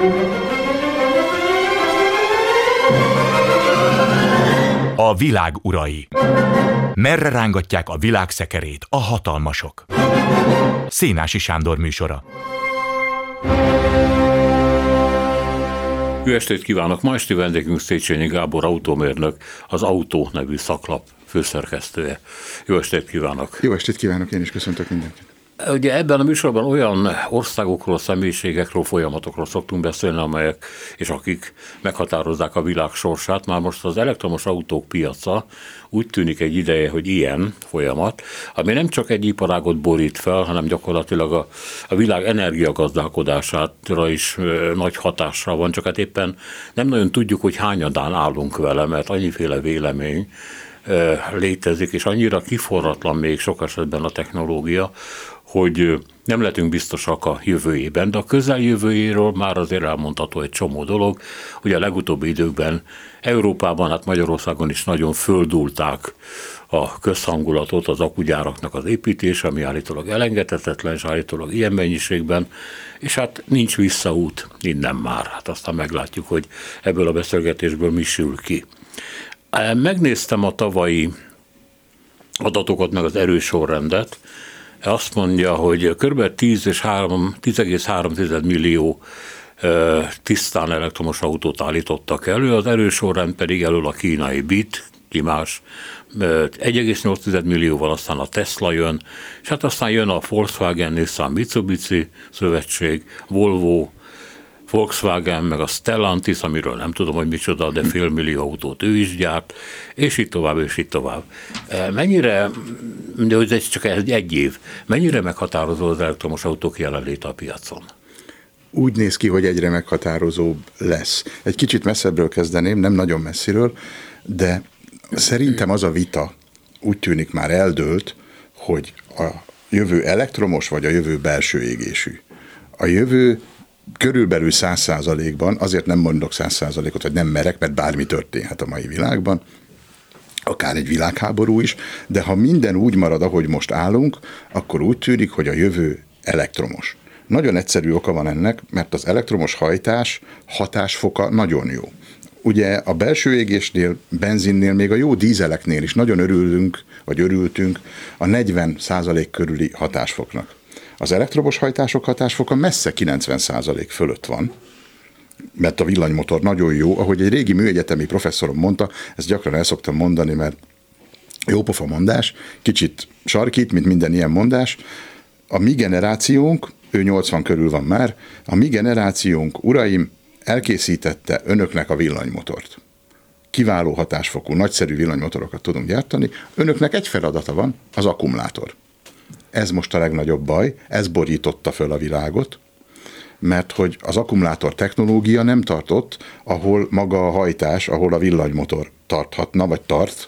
A világ urai. Merre rángatják a világ szekerét a hatalmasok? Szénási Sándor műsora. Jó estét kívánok! Ma esti vendégünk Széchenyi Gábor autómérnök, az Autó nevű szaklap főszerkesztője. Jó estét kívánok! Jó estét kívánok, én is köszöntök mindenkit. Ugye ebben a műsorban olyan országokról, személyiségekről, folyamatokról szoktunk beszélni, amelyek és akik meghatározzák a világ sorsát. Már most az elektromos autók piaca úgy tűnik egy ideje, hogy ilyen folyamat, ami nem csak egy iparágot borít fel, hanem gyakorlatilag a világ energiagazdálkodására is nagy hatással van, csak hát éppen nem nagyon tudjuk, hogy hányadán állunk vele, mert annyiféle vélemény létezik, és annyira kiforratlan még sok esetben a technológia, hogy nem lehetünk biztosak a jövőjében, de a közeljövőjéről már azért elmondható egy csomó dolog. Ugye a legutóbbi időkben Európában, hát Magyarországon is nagyon földulták a közhangulatot az akugyáraknak az építése, ami állítólag elengedhetetlen, és állítólag ilyen mennyiségben, és hát nincs visszaút innen már. Hát aztán meglátjuk, hogy ebből a beszélgetésből mi sül ki. Megnéztem a tavalyi adatokat, meg az erősorrendet. Azt mondja, hogy kb. 10,3 millió tisztán elektromos autót állítottak elő, az erősorrend pedig elől a kínai BYD, ki más, 1,8 millióval, aztán a Tesla jön, és hát aztán jön a Volkswagen, Nissan, Mitsubishi szövetség, Volvo, Volkswagen, meg a Stellantis, amiről nem tudom, hogy micsoda, de félmillió autót ő is gyárt, és így tovább, és így tovább. Mennyire, de ez csak egy év, mennyire meghatározó az elektromos autók jelenléte a piacon? Úgy néz ki, hogy egyre meghatározóbb lesz. Egy kicsit messzebbről kezdeném, nem nagyon messziről, de szerintem az a vita úgy tűnik már eldőlt, hogy a jövő elektromos, vagy a jövő belső égésű. A jövő körülbelül 100%-ban, azért nem mondok 100%-ot, hogy nem merek, mert bármi történhet a mai világban, akár egy világháború is, de ha minden úgy marad, ahogy most állunk, akkor úgy tűnik, hogy a jövő elektromos. Nagyon egyszerű oka van ennek, mert az elektromos hajtás hatásfoka nagyon jó. Ugye a belső égésnél, benzinnél, még a jó dízeleknél is nagyon örültünk a 40% körüli hatásfoknak. Az elektromos hajtások hatásfoka messze 90% fölött van, mert a villanymotor nagyon jó, ahogy egy régi műegyetemi professzorom mondta, ezt gyakran el szoktam mondani, mert jópofa mondás, kicsit sarkít, mint minden ilyen mondás. A mi generációnk, ő 80 körül van már, a mi generációnk, uraim, elkészítette önöknek a villanymotort. Kiváló hatásfokú, nagyszerű villanymotorokat tudunk gyártani, önöknek egy feladata van, az akkumulátor. Ez most a legnagyobb baj, ez borította föl a világot, mert hogy az akkumulátor technológia nem tartott, ahol maga a hajtás, ahol a villanymotor tarthatna, vagy tart,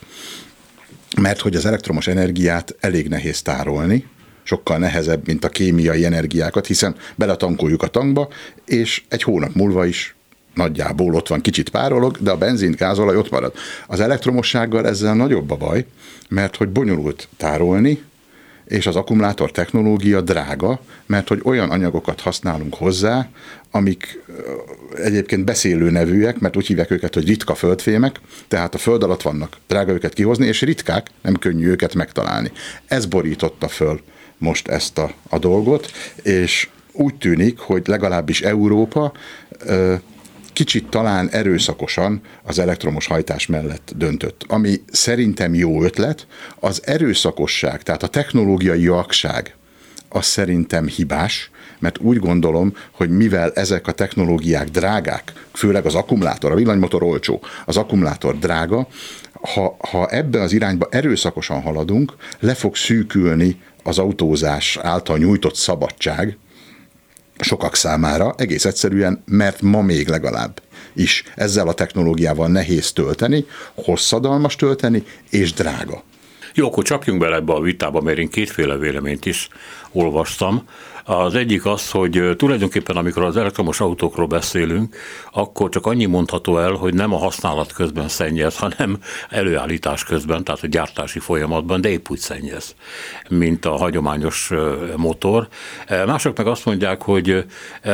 mert hogy az elektromos energiát elég nehéz tárolni, sokkal nehezebb, mint a kémiai energiákat, hiszen beletankoljuk a tankba, és egy hónap múlva is nagyjából ott van, kicsit párolog, de a benzin, gázolaj ott marad. Az elektromossággal ezzel nagyobb a baj, mert hogy bonyolult tárolni, és az akkumulátor technológia drága, mert hogy olyan anyagokat használunk hozzá, amik egyébként beszélő nevűek, mert úgy hívják őket, hogy ritka földfémek, tehát a föld alatt vannak, drága őket kihozni, és ritkák, nem könnyű őket megtalálni. Ez borította föl most ezt a dolgot, és úgy tűnik, hogy legalábbis Európa kicsit talán erőszakosan az elektromos hajtás mellett döntött. Ami szerintem jó ötlet, az erőszakosság, tehát a technológiai vakság, az szerintem hibás, mert úgy gondolom, hogy mivel ezek a technológiák drágák, főleg az akkumulátor, a villanymotor olcsó, az akkumulátor drága, ha ebbe az irányba erőszakosan haladunk, le fog szűkülni az autózás által nyújtott szabadság, sokak számára, egész egyszerűen, mert ma még legalább is ezzel a technológiával nehéz tölteni, hosszadalmas tölteni, és drága. Jó, akkor csapjunk bele ebbe a vitába, mert én kétféle véleményt is olvastam. Az egyik az, hogy tulajdonképpen amikor az elektromos autókról beszélünk, akkor csak annyi mondható el, hogy nem a használat közben szennyez, hanem előállítás közben, tehát a gyártási folyamatban, de épp úgy szennyez, mint a hagyományos motor. Mások meg azt mondják, hogy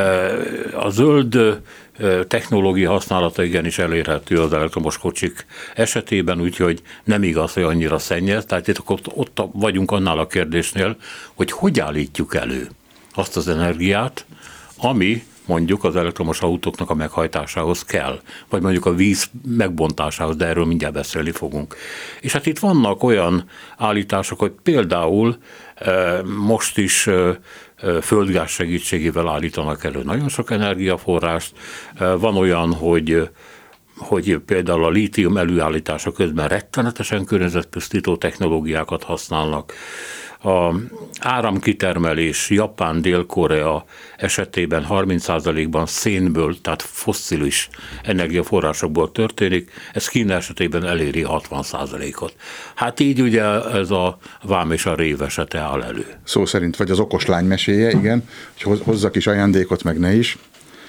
a zöld technológia használata igenis elérhető az elektromos kocsik esetében, úgyhogy nem igaz, hogy annyira szennyez. Tehát itt ott vagyunk annál a kérdésnél, hogy állítjuk elő azt az energiát, ami mondjuk az elektromos autóknak a meghajtásához kell, vagy mondjuk a víz megbontásához, de erről mindjárt beszélni fogunk. És hát itt vannak olyan állítások, hogy például most is földgáz segítségével állítanak elő nagyon sok energiaforrást. Van olyan, hogy például a lítium előállítása közben rettenetesen környezetpusztító technológiákat használnak. A áramkitermelés Japán, Dél-Korea esetében 30%-ban szénből, tehát fosszilis energiaforrásokból történik, ez Kína esetében eléri 60%-ot. Hát így ugye ez a vám és a rév esete áll elő. Szó szerint, vagy az okos lány meséje, igen, hogy hozzak is ajándékot, meg ne is.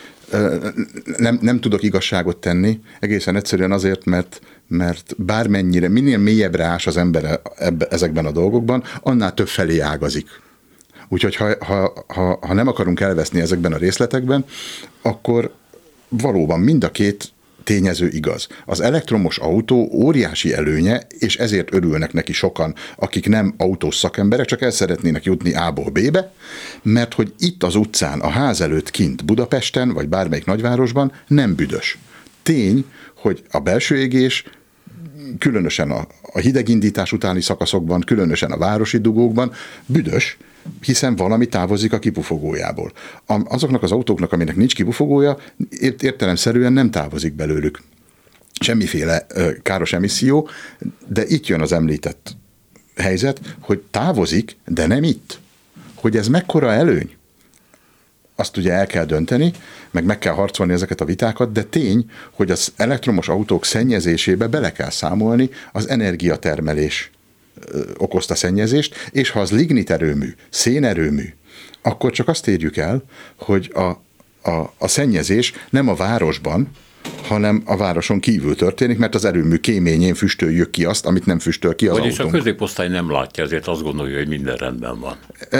Nem tudok igazságot tenni, egészen egyszerűen azért, mert bármennyire, minél mélyebbre ás az ember ezekben a dolgokban, annál több felé ágazik. Úgyhogy ha nem akarunk elveszni ezekben a részletekben, akkor valóban mind a két tényező igaz. Az elektromos autó óriási előnye, és ezért örülnek neki sokan, akik nem autós szakemberek, csak el szeretnének jutni A-ból B-be, mert hogy itt az utcán, a ház előtt kint Budapesten, vagy bármelyik nagyvárosban nem büdös. Tény, hogy a belső égés, különösen a hidegindítás utáni szakaszokban, különösen a városi dugókban büdös, hiszen valami távozik a kipufogójából. Azoknak az autóknak, aminek nincs kipufogója, értelemszerűen nem távozik belőlük semmiféle káros emisszió, de itt jön az említett helyzet, hogy távozik, de nem itt. Hogy ez mekkora előny? Azt ugye el kell dönteni, meg kell harcolni ezeket a vitákat, de tény, hogy az elektromos autók szennyezésébe bele kell számolni az energiatermelés okozta szennyezést, és ha az ligniterőmű, szénerőmű, akkor csak azt érjük el, hogy a szennyezés nem a városban, hanem a városon kívül történik, mert az erőmű kéményén füstöljük ki azt, amit nem füstöl ki az autónk. Vagyis a középosztály nem látja, ezért azt gondolja, hogy minden rendben van.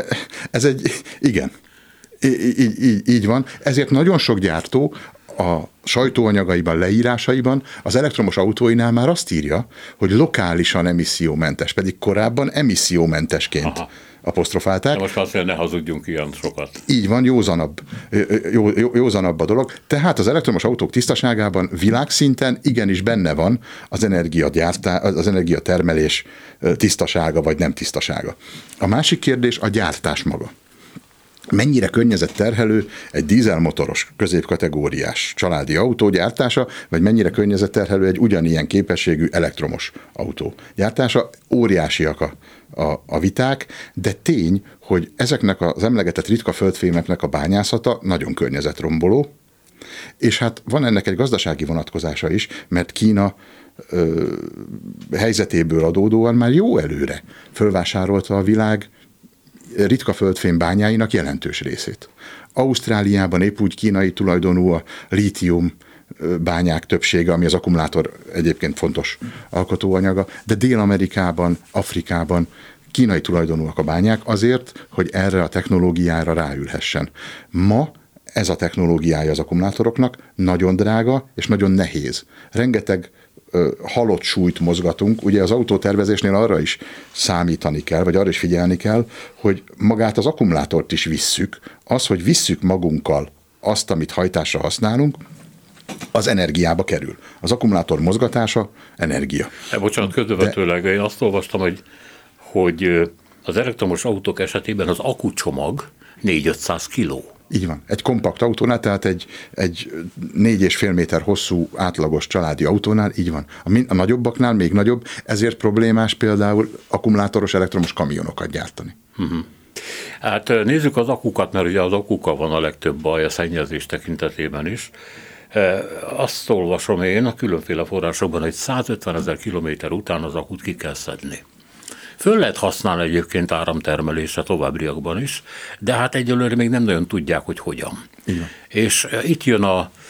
Igen. Így van. Ezért nagyon sok gyártó a sajtóanyagaiban, leírásaiban az elektromos autóinál már azt írja, hogy lokálisan emissziómentes, pedig korábban emissziómentesként apostrofálták. De most azt mondja, ne hazudjunk ilyen sokat. Így van, józanabb a dolog. Tehát az elektromos autók tisztaságában világszinten igenis benne van az energiatermelés tisztasága vagy nem tisztasága. A másik kérdés a gyártás maga. Mennyire környezetterhelő egy dízelmotoros, középkategóriás családi autó gyártása, vagy mennyire környezetterhelő egy ugyanilyen képességű elektromos autó gyártása? Óriásiak a viták, de tény, hogy ezeknek az emlegetett ritka földfémeknek a bányászata nagyon környezetromboló, és hát van ennek egy gazdasági vonatkozása is, mert Kína helyzetéből adódóan már jó előre fölvásárolta a világ ritka földfém bányáinak jelentős részét. Ausztráliában épp úgy kínai tulajdonú a lítium bányák többsége, ami az akkumulátor egyébként fontos alkotóanyaga, de Dél-Amerikában, Afrikában kínai tulajdonúak a bányák azért, hogy erre a technológiára ráülhessen. Ma ez a technológiája az akkumulátoroknak nagyon drága és nagyon nehéz. Rengeteg halott súlyt mozgatunk. Ugye az autótervezésnél arra is számítani kell, vagy arra is figyelni kell, hogy magát az akkumulátort is visszük. Az, hogy visszük magunkkal azt, amit hajtásra használunk, az energiába kerül. Az akkumulátor mozgatása energia. Bocsánat, közvetőleg én azt olvastam, hogy az elektromos autók esetében az akkucsomag 400-500 kiló. Így van. Egy kompakt autónál, tehát egy 4,5 méter hosszú átlagos családi autónál, így van. A nagyobbaknál még nagyobb, ezért problémás például akkumulátoros elektromos kamionokat gyártani. Hát nézzük az akukat, mert ugye az akukkal van a legtöbb baj a szennyezés tekintetében is. Azt olvasom én a különféle forrásokban, hogy 150 000 kilométer után az akut ki kell szedni. Föl lehet használni egyébként áramtermelésre továbbiakban is, de hát egyelőre még nem nagyon tudják, hogy hogyan. Igen. És itt jön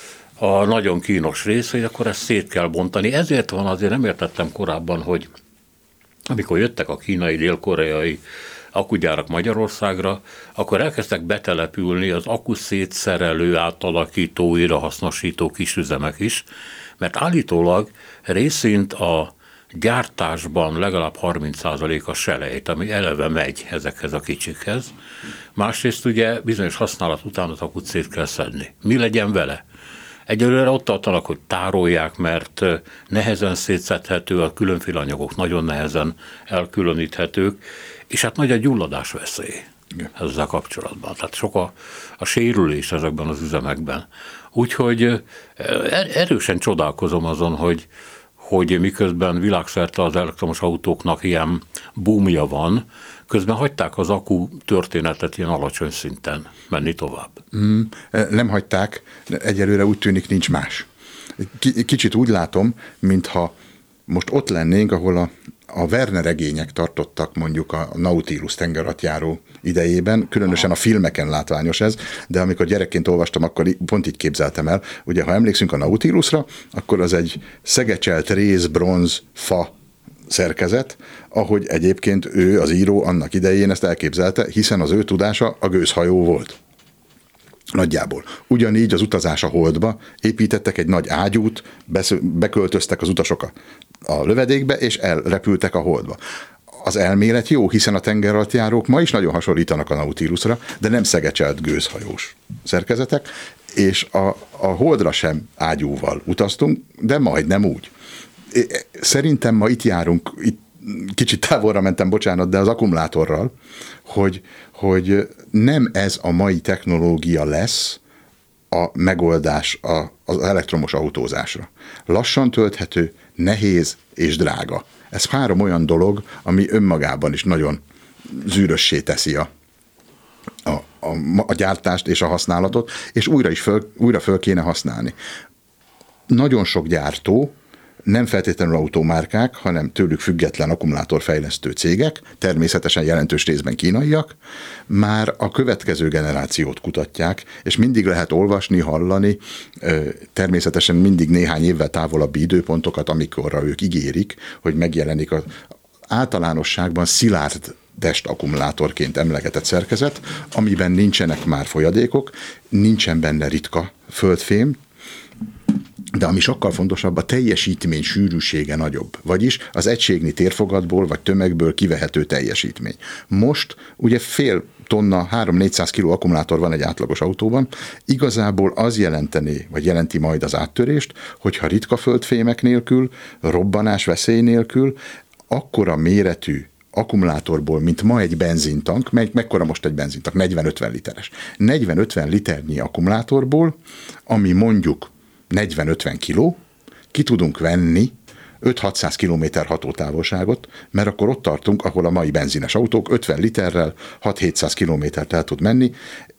a nagyon kínos rész, hogy akkor ezt szét kell bontani. Ezért van, azért nem értettem korábban, hogy amikor jöttek a kínai, dél-koreai akkugyárak Magyarországra, akkor elkezdtek betelepülni az akkuszétszerelő, átalakító, újrahasznosító kisüzemek is, mert állítólag részint a gyártásban legalább 30% a selejt, ami eleve megy ezekhez a kicsikhez. Másrészt ugye bizonyos használat után az akut szét kell szedni. Mi legyen vele? Egyelőre ott tartanak, hogy tárolják, mert nehezen szétszedhető, a különféle anyagok nagyon nehezen elkülöníthetők, és hát nagy a gyulladás veszély ezzel kapcsolatban. Tehát sok a sérülés ezekben az üzemekben. Úgyhogy erősen csodálkozom azon, hogy miközben világszerte az elektromos autóknak ilyen boomja van, közben hagyták az akku történetet ilyen alacsony szinten menni tovább. Nem hagyták, egyelőre úgy tűnik nincs más. Kicsit úgy látom, mintha most ott lennénk, ahol a Verne regények tartottak mondjuk a Nautilus tengeralattjáró idejében, különösen a filmeken látványos ez, de amikor gyerekként olvastam, akkor pont így képzeltem el. Ugye, ha emlékszünk a Nautilusra, akkor az egy szegecselt réz, bronz, fa szerkezet, ahogy egyébként ő, az író annak idején ezt elképzelte, hiszen az ő tudása a gőzhajó volt. Nagyjából. Ugyanígy az utazás a Holdba, építettek egy nagy ágyút, beköltöztek az utasok a lövedékbe, és elrepültek a Holdba. Az elmélet jó, hiszen a tengeralattjárók ma is nagyon hasonlítanak a Nautilusra, de nem szegecselt gőzhajós szerkezetek, és a Holdra sem ágyúval utaztunk, de majdnem úgy. Szerintem ma itt járunk, kicsit távolra mentem, bocsánat, de az akkumulátorral, hogy nem ez a mai technológia lesz a megoldás az elektromos autózásra. Lassan tölthető, nehéz és drága. Ez 3 olyan dolog, ami önmagában is nagyon zűrössé teszi a gyártást és a használatot, és újra föl kéne használni. Nagyon sok gyártó, nem feltétlenül automárkák, hanem tőlük független akkumulátorfejlesztő cégek, természetesen jelentős részben kínaiak, már a következő generációt kutatják, és mindig lehet olvasni, hallani, természetesen mindig néhány évvel távolabbi időpontokat, amikorra ők ígérik, hogy megjelenik az általánosságban szilárd testakkumulátorként emlegetett szerkezet, amiben nincsenek már folyadékok, nincsen benne ritka földfém, de ami sokkal fontosabb, a teljesítmény sűrűsége nagyobb, vagyis az egységnyi térfogatból vagy tömegből kivehető teljesítmény. Most ugye fél tonna, 300-400 kiló akkumulátor van egy átlagos autóban, igazából az jelenteni, vagy jelenti majd az áttörést, hogyha ritka földfémek nélkül, robbanás veszély nélkül, akkora méretű akkumulátorból, mint ma egy benzintank, mekkora most egy benzintank? 40-50 literes. 40-50 liternyi akkumulátorból, ami mondjuk 40-50 kiló, ki tudunk venni 5-600 kilométer hatótávolságot, mert akkor ott tartunk, ahol a mai benzines autók 50 literrel 6-700 kilométert el tud menni,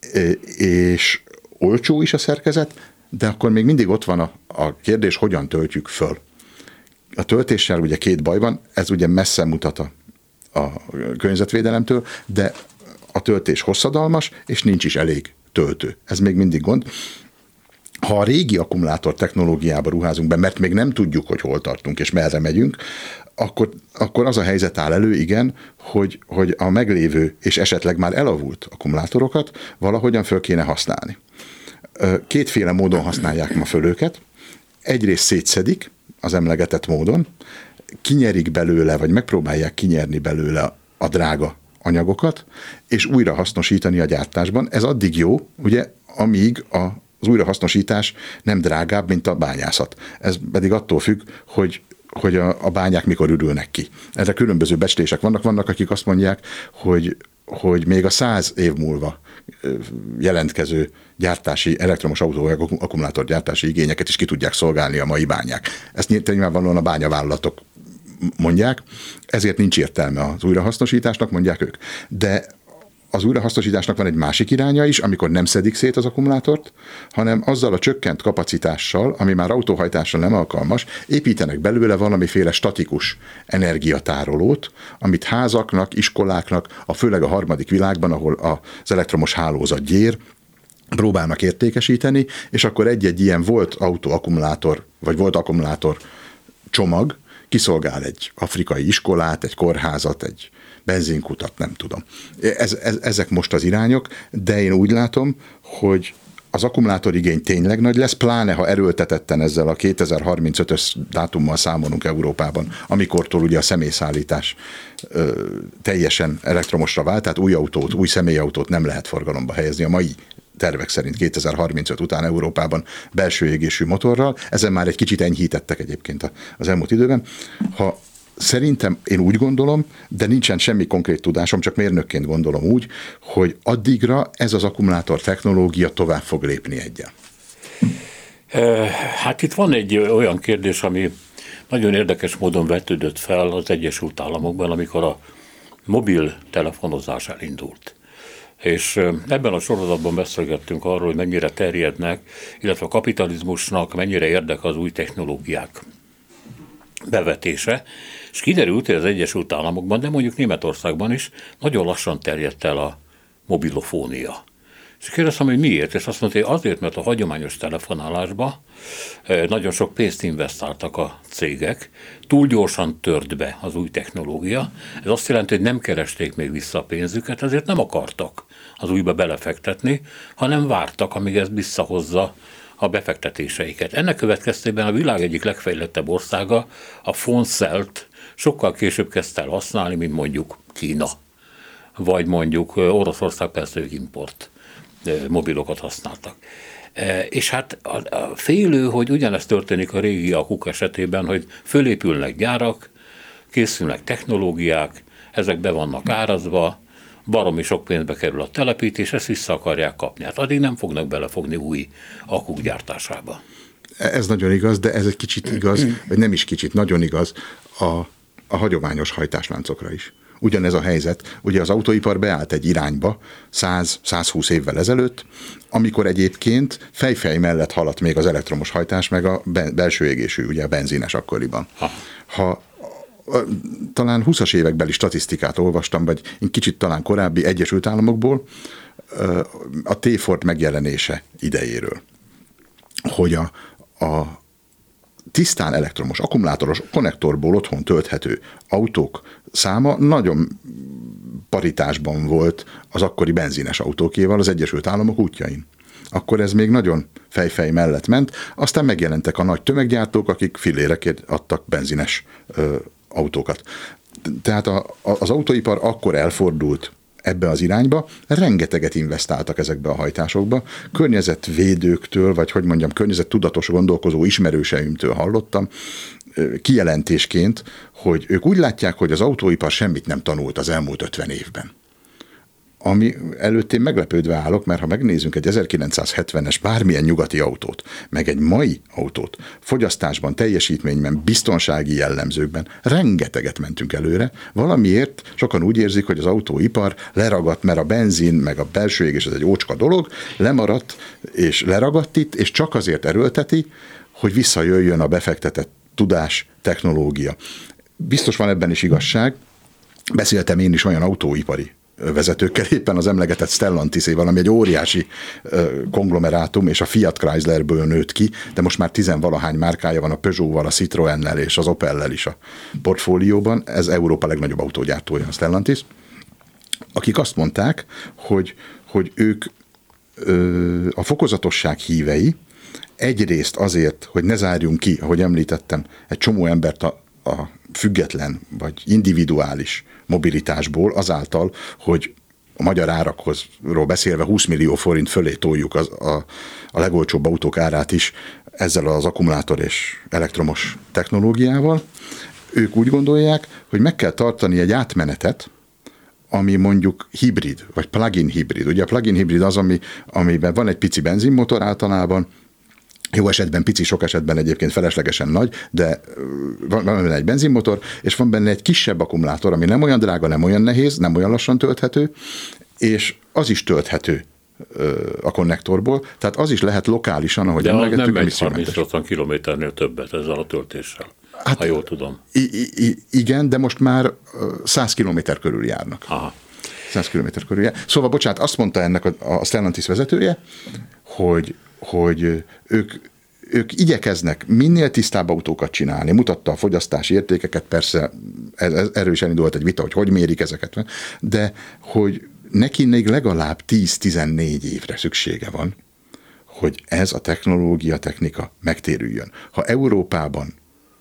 és olcsó is a szerkezet, de akkor még mindig ott van a kérdés, hogyan töltjük föl. A töltéssel ugye 2 baj van, ez ugye messze mutat a környezetvédelemtől, de a töltés hosszadalmas, és nincs is elég töltő. Ez még mindig gond. Ha a régi akkumulátor technológiába ruházunk be, mert még nem tudjuk, hogy hol tartunk és merre megyünk, akkor az a helyzet áll elő, igen, hogy a meglévő és esetleg már elavult akkumulátorokat valahogyan föl kéne használni. 2 módon használják ma föl őket. Egyrészt szétszedik az emlegetett módon, kinyerik belőle, vagy megpróbálják kinyerni belőle a drága anyagokat, és újra hasznosítani a gyártásban. Ez addig jó, ugye, amíg az újrahasznosítás nem drágább, mint a bányászat. Ez pedig attól függ, hogy a bányák mikor ürülnek ki. Erre különböző becslések vannak, akik azt mondják, hogy még a 100 év múlva jelentkező gyártási, elektromos autó akkumulátor gyártási igényeket is ki tudják szolgálni a mai bányák. Ezt nyilvánvalóan a bányavállalatok mondják, ezért nincs értelme az újrahasznosításnak, mondják ők. De az újrahasznosításnak van egy másik iránya is, amikor nem szedik szét az akkumulátort, hanem azzal a csökkent kapacitással, ami már autóhajtásra nem alkalmas, építenek belőle valamiféle statikus energiatárolót, amit házaknak, iskoláknak, főleg a harmadik világban, ahol az elektromos hálózat gyér, próbálnak értékesíteni, és akkor egy-egy ilyen volt autóakkumulátor, vagy volt akkumulátor csomag kiszolgál egy afrikai iskolát, egy kórházat, egy benzinkutat, nem tudom. Ezek most az irányok, de én úgy látom, hogy az akkumulátorigény tényleg nagy lesz, pláne ha erőltetetten ezzel a 2035-ös dátummal számolunk Európában, amikortól ugye a személyszállítás teljesen elektromosra vált, tehát új személyautót nem lehet forgalomba helyezni a mai tervek szerint 2035 után Európában belső égésű motorral. Ezen már egy kicsit enyhítettek egyébként az elmúlt időben. Szerintem én úgy gondolom, de nincsen semmi konkrét tudásom, csak mérnökként gondolom úgy, hogy addigra ez az akkumulátor technológia tovább fog lépni egyen. Hát itt van egy olyan kérdés, ami nagyon érdekes módon vetődött fel az Egyesült Államokban, amikor a mobil telefonozás elindult. És ebben a sorozatban beszélgettünk arról, hogy mennyire terjednek, illetve a kapitalizmusnak mennyire érdek az új technológiák bevetése, és kiderült, hogy az Egyesült Államokban, de mondjuk Németországban is nagyon lassan terjedt el a mobilofónia. És kérdeztem, hogy miért, és azt mondta, hogy azért, mert a hagyományos telefonálásba nagyon sok pénzt investáltak a cégek, túl gyorsan tört be az új technológia, ez azt jelenti, hogy nem keresték még vissza a pénzüket, ezért nem akartak az újba belefektetni, hanem vártak, amíg ez visszahozza a befektetéseiket. Ennek következtében a világ egyik legfejlettebb országa a phone cell-t sokkal később kezdte el használni, mint mondjuk Kína, vagy mondjuk Oroszország, persze ők import mobilokat használtak. És hát a félő, hogy ugyanezt történik a régi akuk esetében, hogy fölépülnek gyárak, készülnek technológiák, ezek be vannak árazva, baromi sok pénzbe kerül a telepítés, ezt vissza akarják kapni. Hát addig nem fognak belefogni új akuk gyártásába. Ez nagyon igaz, de ez egy kicsit igaz, vagy nem is kicsit, nagyon igaz a hagyományos hajtásláncokra is. Ugyanez a helyzet, ugye az autóipar beállt egy irányba 100-120 évvel ezelőtt, amikor egyébként fejfej mellett haladt még az elektromos hajtás, meg a belső égésű, ugye a benzines akkoriban. Talán 20-as évekbeli statisztikát olvastam, vagy kicsit talán korábbi Egyesült Államokból, a T-Ford megjelenése idejéről, hogy a tisztán elektromos, akkumulátoros konnektorból otthon tölthető autók száma nagyon paritásban volt az akkori benzines autókéval az Egyesült Államok útjain. Akkor ez még nagyon fejfej mellett ment, aztán megjelentek a nagy tömeggyártók, akik fillérekért adtak benzines autókat. Tehát az autóipar akkor elfordult ebbe az irányba, rengeteget investáltak ezekbe a hajtásokba. Környezetvédőktől, vagy hogy mondjam, környezettudatos gondolkozó ismerőseimtől hallottam kijelentésként, hogy ők úgy látják, hogy az autóipar semmit nem tanult az elmúlt 50 évben. Ami előtt én meglepődve állok, mert ha megnézzünk egy 1970-es bármilyen nyugati autót, meg egy mai autót, fogyasztásban, teljesítményben, biztonsági jellemzőkben rengeteget mentünk előre, valamiért sokan úgy érzik, hogy az autóipar leragadt, mert a benzin, meg a belső égés ez egy ócska dolog, lemaradt és leragadt itt, és csak azért erőlteti, hogy visszajöjjön a befektetett tudás, technológia. Biztos van ebben is igazság. Beszéltem én is olyan autóipari vezetőkkel, éppen az emlegetett Stellantiséval, ami egy óriási konglomerátum, és a Fiat Chryslerből nőtt ki, de most már 10-valahány márkája van a Peugeot-val, a Citroennel és az Opellel is a portfólióban. Ez Európa legnagyobb autógyártója, a Stellantis, akik azt mondták, hogy ők a fokozatosság hívei, egyrészt azért, hogy ne zárjunk ki, ahogy említettem, egy csomó embert a független vagy individuális mobilitásból azáltal, hogy a magyar árakról beszélve 20 millió forint fölé toljuk a legolcsóbb autók árát is ezzel az akkumulátor és elektromos technológiával. Ők úgy gondolják, hogy meg kell tartani egy átmenetet, ami mondjuk hibrid, vagy plug-in hibrid. Ugye a plug-in hibrid az, amiben van egy pici benzinmotor általában, jó esetben pici, sok esetben egyébként feleslegesen nagy, de van benne egy benzinmotor, és van benne egy kisebb akkumulátor, ami nem olyan drága, nem olyan nehéz, nem olyan lassan tölthető, és az is tölthető a konnektorból, tehát az is lehet lokálisan, ahogy emlegettük, nem megy 30-80 kilométernél többet ezzel a töltéssel, ha jól tudom. Igen, de most már 100 kilométer körül járnak. Aha. 100 kilométer körül jár. Szóval, bocsánat, azt mondta ennek a Stellantis vezetője, hogy ők igyekeznek minél tisztább autókat csinálni, mutatta a fogyasztási értékeket, persze erről is elindult egy vita, hogy mérik ezeket, de hogy neki még legalább 10-14 évre szüksége van, hogy ez a technológia, technika megtérüljön. Ha Európában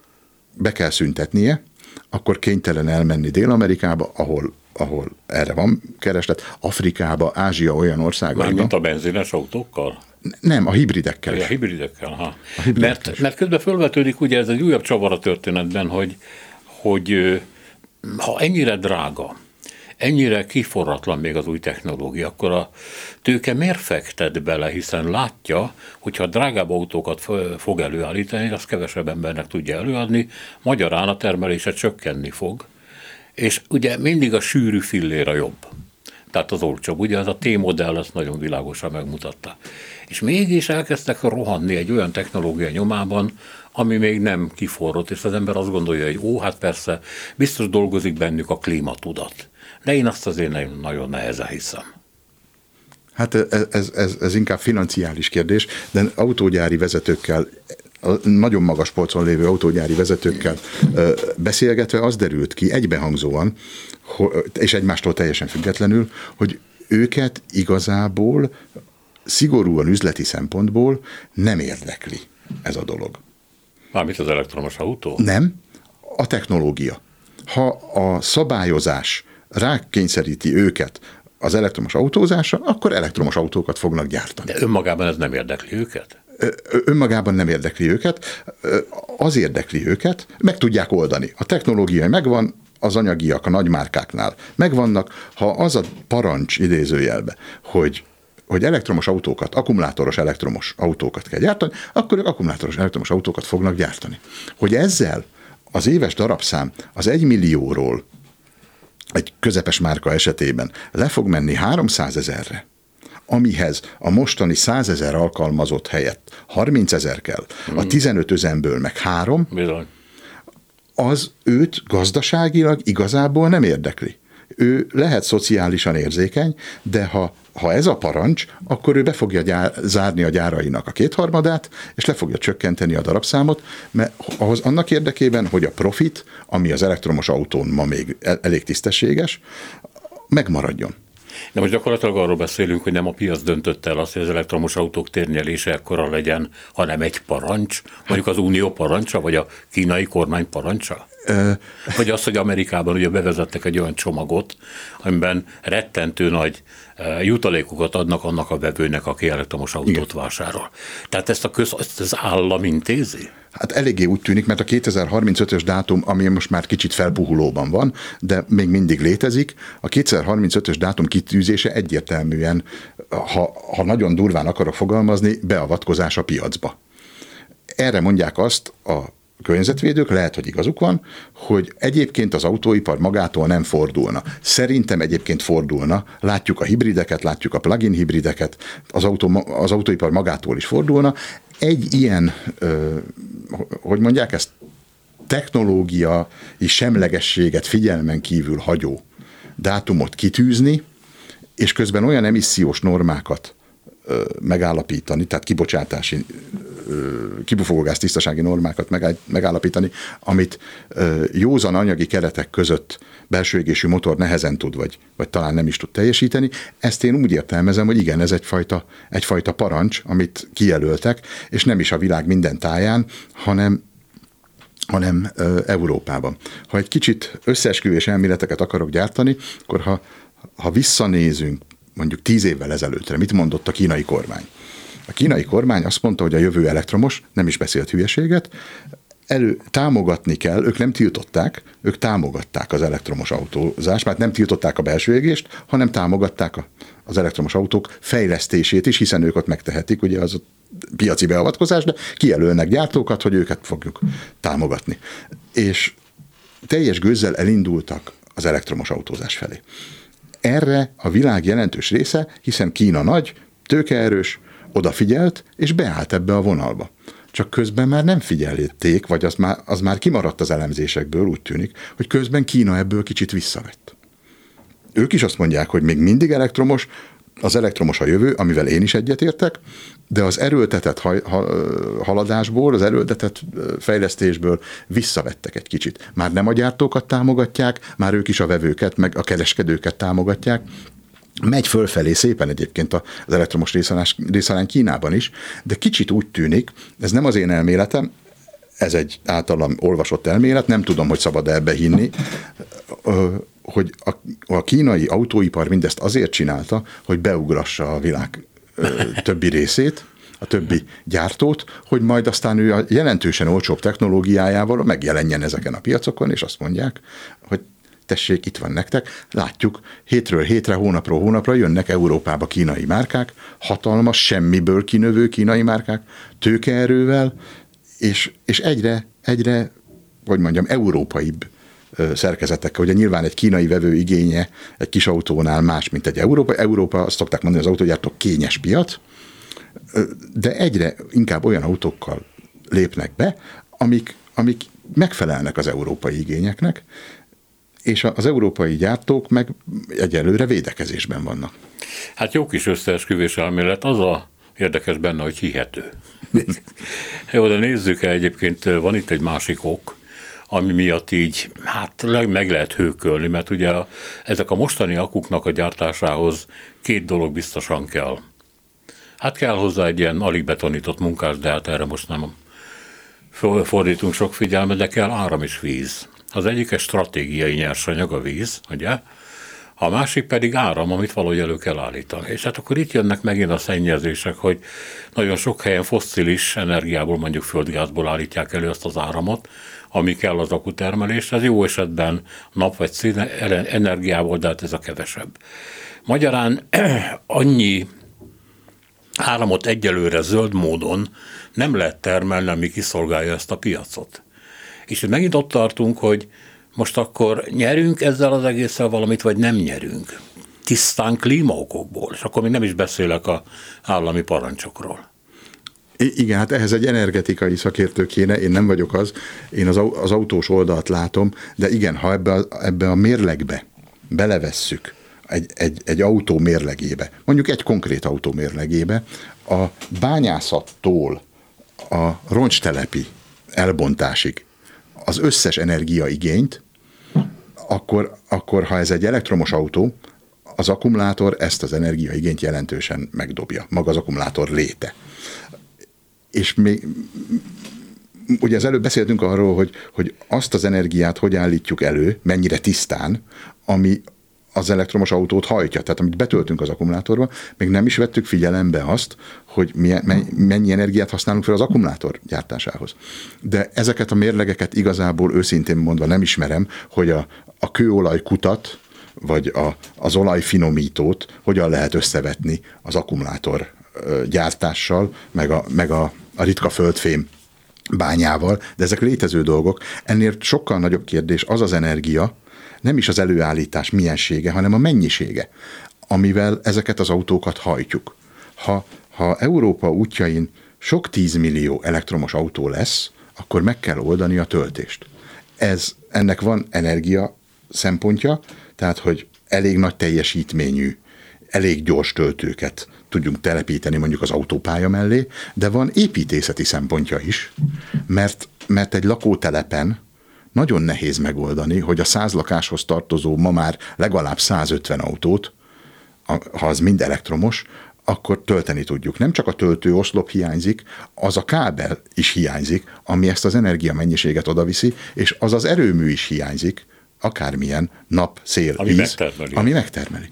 be kell szüntetnie, akkor kénytelen elmenni Dél-Amerikába, ahol erre van kereslet, Afrikába, Ázsia olyan országokban. Mármint a benzines autókkal? Nem, a hibridekkel is. A hibridekkel, mert közben felvetődik, ugye ez egy újabb csavar a történetben, hogy ha ennyire drága, ennyire kiforratlan még az új technológia, akkor a tőke miért fektet bele, hiszen látja, hogyha drágább autókat fog előállítani, azt kevesebb embernek tudja előadni, magyarán a termelése csökkenni fog, és ugye mindig a sűrű fillér a jobb. Tehát az olcsóbb. Ugye ez a T-modell ezt nagyon világosan megmutatta. És mégis elkezdtek rohanni egy olyan technológia nyomában, ami még nem kiforrott, és az ember azt gondolja, hogy hát persze, biztos dolgozik bennük a klímatudat. De én azt azért nagyon nehezen hiszem. Hát ez inkább financiális kérdés, de autógyári vezetőkkel, nagyon magas polcon lévő autógyári vezetőkkel beszélgetve az derült ki egybehangzóan, és egymástól teljesen függetlenül, hogy őket igazából szigorúan üzleti szempontból nem érdekli ez a dolog. Mármint az elektromos autó? Nem, a technológia. Ha a szabályozás rákényszeríti őket az elektromos autózásra, akkor elektromos autókat fognak gyártani. De önmagában ez nem érdekli őket? Önmagában nem érdekli őket, az érdekli őket, meg tudják oldani. A technológia megvan, az anyagiak a nagymárkáknál megvannak, ha az a parancs idézőjelbe, hogy elektromos autókat, akkumulátoros elektromos autókat kell gyártani, akkor ők akkumulátoros elektromos autókat fognak gyártani. Hogy ezzel az éves darabszám az 1 millióról egy közepes márka esetében le fog menni 300 000-re, amihez a mostani 100 000 alkalmazott helyett 30 000 kell, a 15 üzemből meg 3, bizony, az őt gazdaságilag igazából nem érdekli. Ő lehet szociálisan érzékeny, de ha ez a parancs, akkor ő be fogja zárni a gyárainak a 2/3, és le fogja csökkenteni a darabszámot, mert ahhoz annak érdekében, hogy a profit, ami az elektromos autón ma még elég tisztességes, megmaradjon. De most gyakorlatilag arról beszélünk, hogy nem a piac döntött el azt, hogy az elektromos autók térnyelése ekkora legyen, hanem egy parancs, mondjuk az Unió parancsa, vagy a kínai kormány parancsa? Vagy az, hogy Amerikában ugye bevezettek egy olyan csomagot, amiben rettentő nagy jutalékokat adnak annak a vevőnek, aki elektromos autót vásárol. Tehát ezt az állam intézi? Hát eléggé úgy tűnik, mert a 2035-ös dátum, ami most már kicsit felpuhulóban van, de még mindig létezik, a 2035-ös dátum kitűzése egyértelműen, ha nagyon durván akarok fogalmazni, beavatkozás a piacba. Erre mondják azt a környezetvédők, lehet, hogy igazuk van, hogy egyébként az autóipar magától nem fordulna. Szerintem egyébként fordulna. Látjuk a hibrideket, látjuk a plug-in hibrideket, az autóipar magától is fordulna. Egy ilyen, hogy mondják ezt, technológiai semlegességet figyelmen kívül hagyó dátumot kitűzni, és közben olyan emissziós normákat megállapítani, tehát kibocsátási, kibufogógáz tisztasági normákat megállapítani, amit józan anyagi keretek között belső égésű motor nehezen tud, vagy talán nem is tud teljesíteni. Ezt én úgy értelmezem, hogy igen, ez egyfajta parancs, amit kijelöltek, és nem is a világ minden táján, hanem Európában. Ha egy kicsit összeesküvés elméleteket akarok gyártani, akkor ha visszanézünk mondjuk 10 évvel ezelőttre, mit mondott a kínai kormány? A kínai kormány azt mondta, hogy a jövő elektromos, nem is beszélt hülyeséget, támogatni kell, ők nem tiltották, ők támogatták az elektromos autózást, mert nem tiltották a belső égést, hanem támogatták az elektromos autók fejlesztését is, hiszen ők ott megtehetik, ugye az a piaci beavatkozás, de kijelölnek gyártókat, hogy őket fogjuk támogatni. És teljes gőzzel elindultak az elektromos autózás felé. Erre a világ jelentős része, hiszen Kína nagy, tőkeerős, odafigyelt, és beállt ebbe a vonalba. Csak közben már nem figyelték, vagy az már kimaradt az elemzésekből, úgy tűnik, hogy közben Kína ebből kicsit visszavett. Ők is azt mondják, hogy még mindig elektromos, az elektromos a jövő, amivel én is egyetértek, de az erőltetett haladásból, az erőltetett fejlesztésből visszavettek egy kicsit. Már nem a gyártókat támogatják, már ők is a vevőket, meg a kereskedőket támogatják. Megy fölfelé szépen egyébként az elektromos részarány Kínában is, de kicsit úgy tűnik, ez nem az én elméletem, ez egy általam olvasott elmélet, nem tudom, hogy szabad ebbe hinni, hogy a kínai autóipar mindezt azért csinálta, hogy beugrassa a világ többi részét, a többi gyártót, hogy majd aztán ő a jelentősen olcsóbb technológiájával megjelenjen ezeken a piacokon, és azt mondják, hogy tessék, itt van nektek, látjuk, hétről hétre, hónapról hónapra jönnek Európába kínai márkák, hatalmas, semmiből kinövő kínai márkák, tőkeerővel, és egyre, hogy mondjam, európaibb szerkezetekkel. Ugye nyilván egy kínai vevő igénye egy kis autónál más, mint egy európai. Európa, azt szokták mondani, az autógyártók kényes piac, de egyre inkább olyan autókkal lépnek be, amik megfelelnek az európai igényeknek, és az európai gyártók meg egyelőre védekezésben vannak. Hát jó kis összeesküvés elmélet, az a érdekes benne, hogy hihető. Jó, de nézzük el, egyébként van itt egy másik ok, ami miatt így, hát meg lehet hőkölni, mert ugye ezek a mostani akuknak a gyártásához két dolog biztosan kell. Hát kell hozzá egy ilyen alig betonított munkás, de hát erre most nem fordítunk sok figyelmet, de kell áram és víz. Az egyik egy stratégiai nyersanyag, a víz, ugye? A másik pedig áram, amit valahogy elő kell állítani. És hát akkor itt jönnek megint a szennyezések, hogy nagyon sok helyen fosszilis energiából, mondjuk földgázból állítják elő azt az áramot, ami kell az akutermelésre. Ez jó esetben nap vagy szín energiából, de hát ez a kevesebb. Magyarán annyi áramot egyelőre zöld módon nem lehet termelni, ami kiszolgálja ezt a piacot. És megint ott tartunk, hogy most akkor nyerünk ezzel az egésszel valamit, vagy nem nyerünk. Tisztán klímaokokból, és akkor még nem is beszélek az állami parancsokról. Igen, hát ehhez egy energetikai szakértő kéne, én nem vagyok az, én az autós oldalt látom, de igen, ha ebbe a mérlegbe belevesszük, egy autó mérlegébe, mondjuk egy konkrét autó mérlegébe, a bányászattól a roncstelepi elbontásig az összes energiaigényt, akkor ha ez egy elektromos autó, az akkumulátor ezt az energiaigényt jelentősen megdobja, maga az akkumulátor léte. És még, ugye az előbb beszéltünk arról, hogy azt az energiát hogy állítjuk elő, mennyire tisztán, ami az elektromos autót hajtja. Tehát amit betöltünk az akkumulátorba, még nem is vettük figyelembe azt, hogy mennyi energiát használunk fel az akkumulátor gyártásához. De ezeket a mérlegeket igazából őszintén mondva nem ismerem, hogy a kőolajkutat, vagy az olajfinomítót hogyan lehet összevetni az akkumulátor gyártással, meg a ritka földfém bányával, de ezek létező dolgok. Ennél sokkal nagyobb kérdés az energia, nem is az előállítás miensége, hanem a mennyisége, amivel ezeket az autókat hajtjuk. Ha Európa útjain sok 10 millió elektromos autó lesz, akkor meg kell oldani a töltést. Ennek van energia szempontja, tehát hogy elég nagy teljesítményű, elég gyors töltőket tudjunk telepíteni mondjuk az autópálya mellé, de van építészeti szempontja is, mert egy lakótelepen nagyon nehéz megoldani, hogy a 100 lakáshoz tartozó ma már legalább 150 autót, ha az mind elektromos, akkor tölteni tudjuk. Nem csak a töltőoszlop hiányzik, az a kábel is hiányzik, ami ezt az energiamennyiséget odaviszi, és az az erőmű is hiányzik, akármilyen nap, szél, víz, ami megtermeli.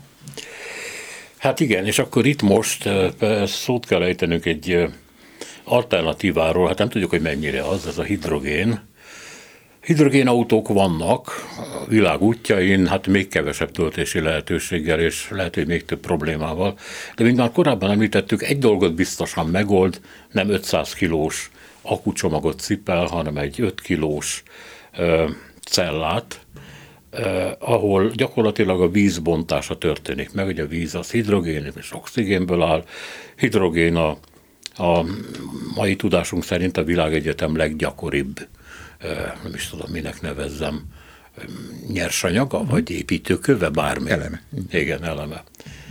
Hát igen, és akkor itt most szót kell ejtenünk egy alternatíváról, hát nem tudjuk, hogy mennyire az, ez a hidrogén. Hidrogénautók vannak a világ útjain, hát még kevesebb töltési lehetőséggel, és lehet, hogy még több problémával. De mint már korábban említettük, egy dolgot biztosan megold, nem 500 kilós akucsomagot cipel, hanem egy 5 kilós cellát, ahol gyakorlatilag a víz bontása történik meg. Ugye a víz az hidrogén és oxigénből áll. Hidrogén a mai tudásunk szerint a világegyetem leggyakoribb, nem is tudom, minek nevezzem, nyersanyaga, vagy építőköve, bármi. Eleme. Igen, eleme.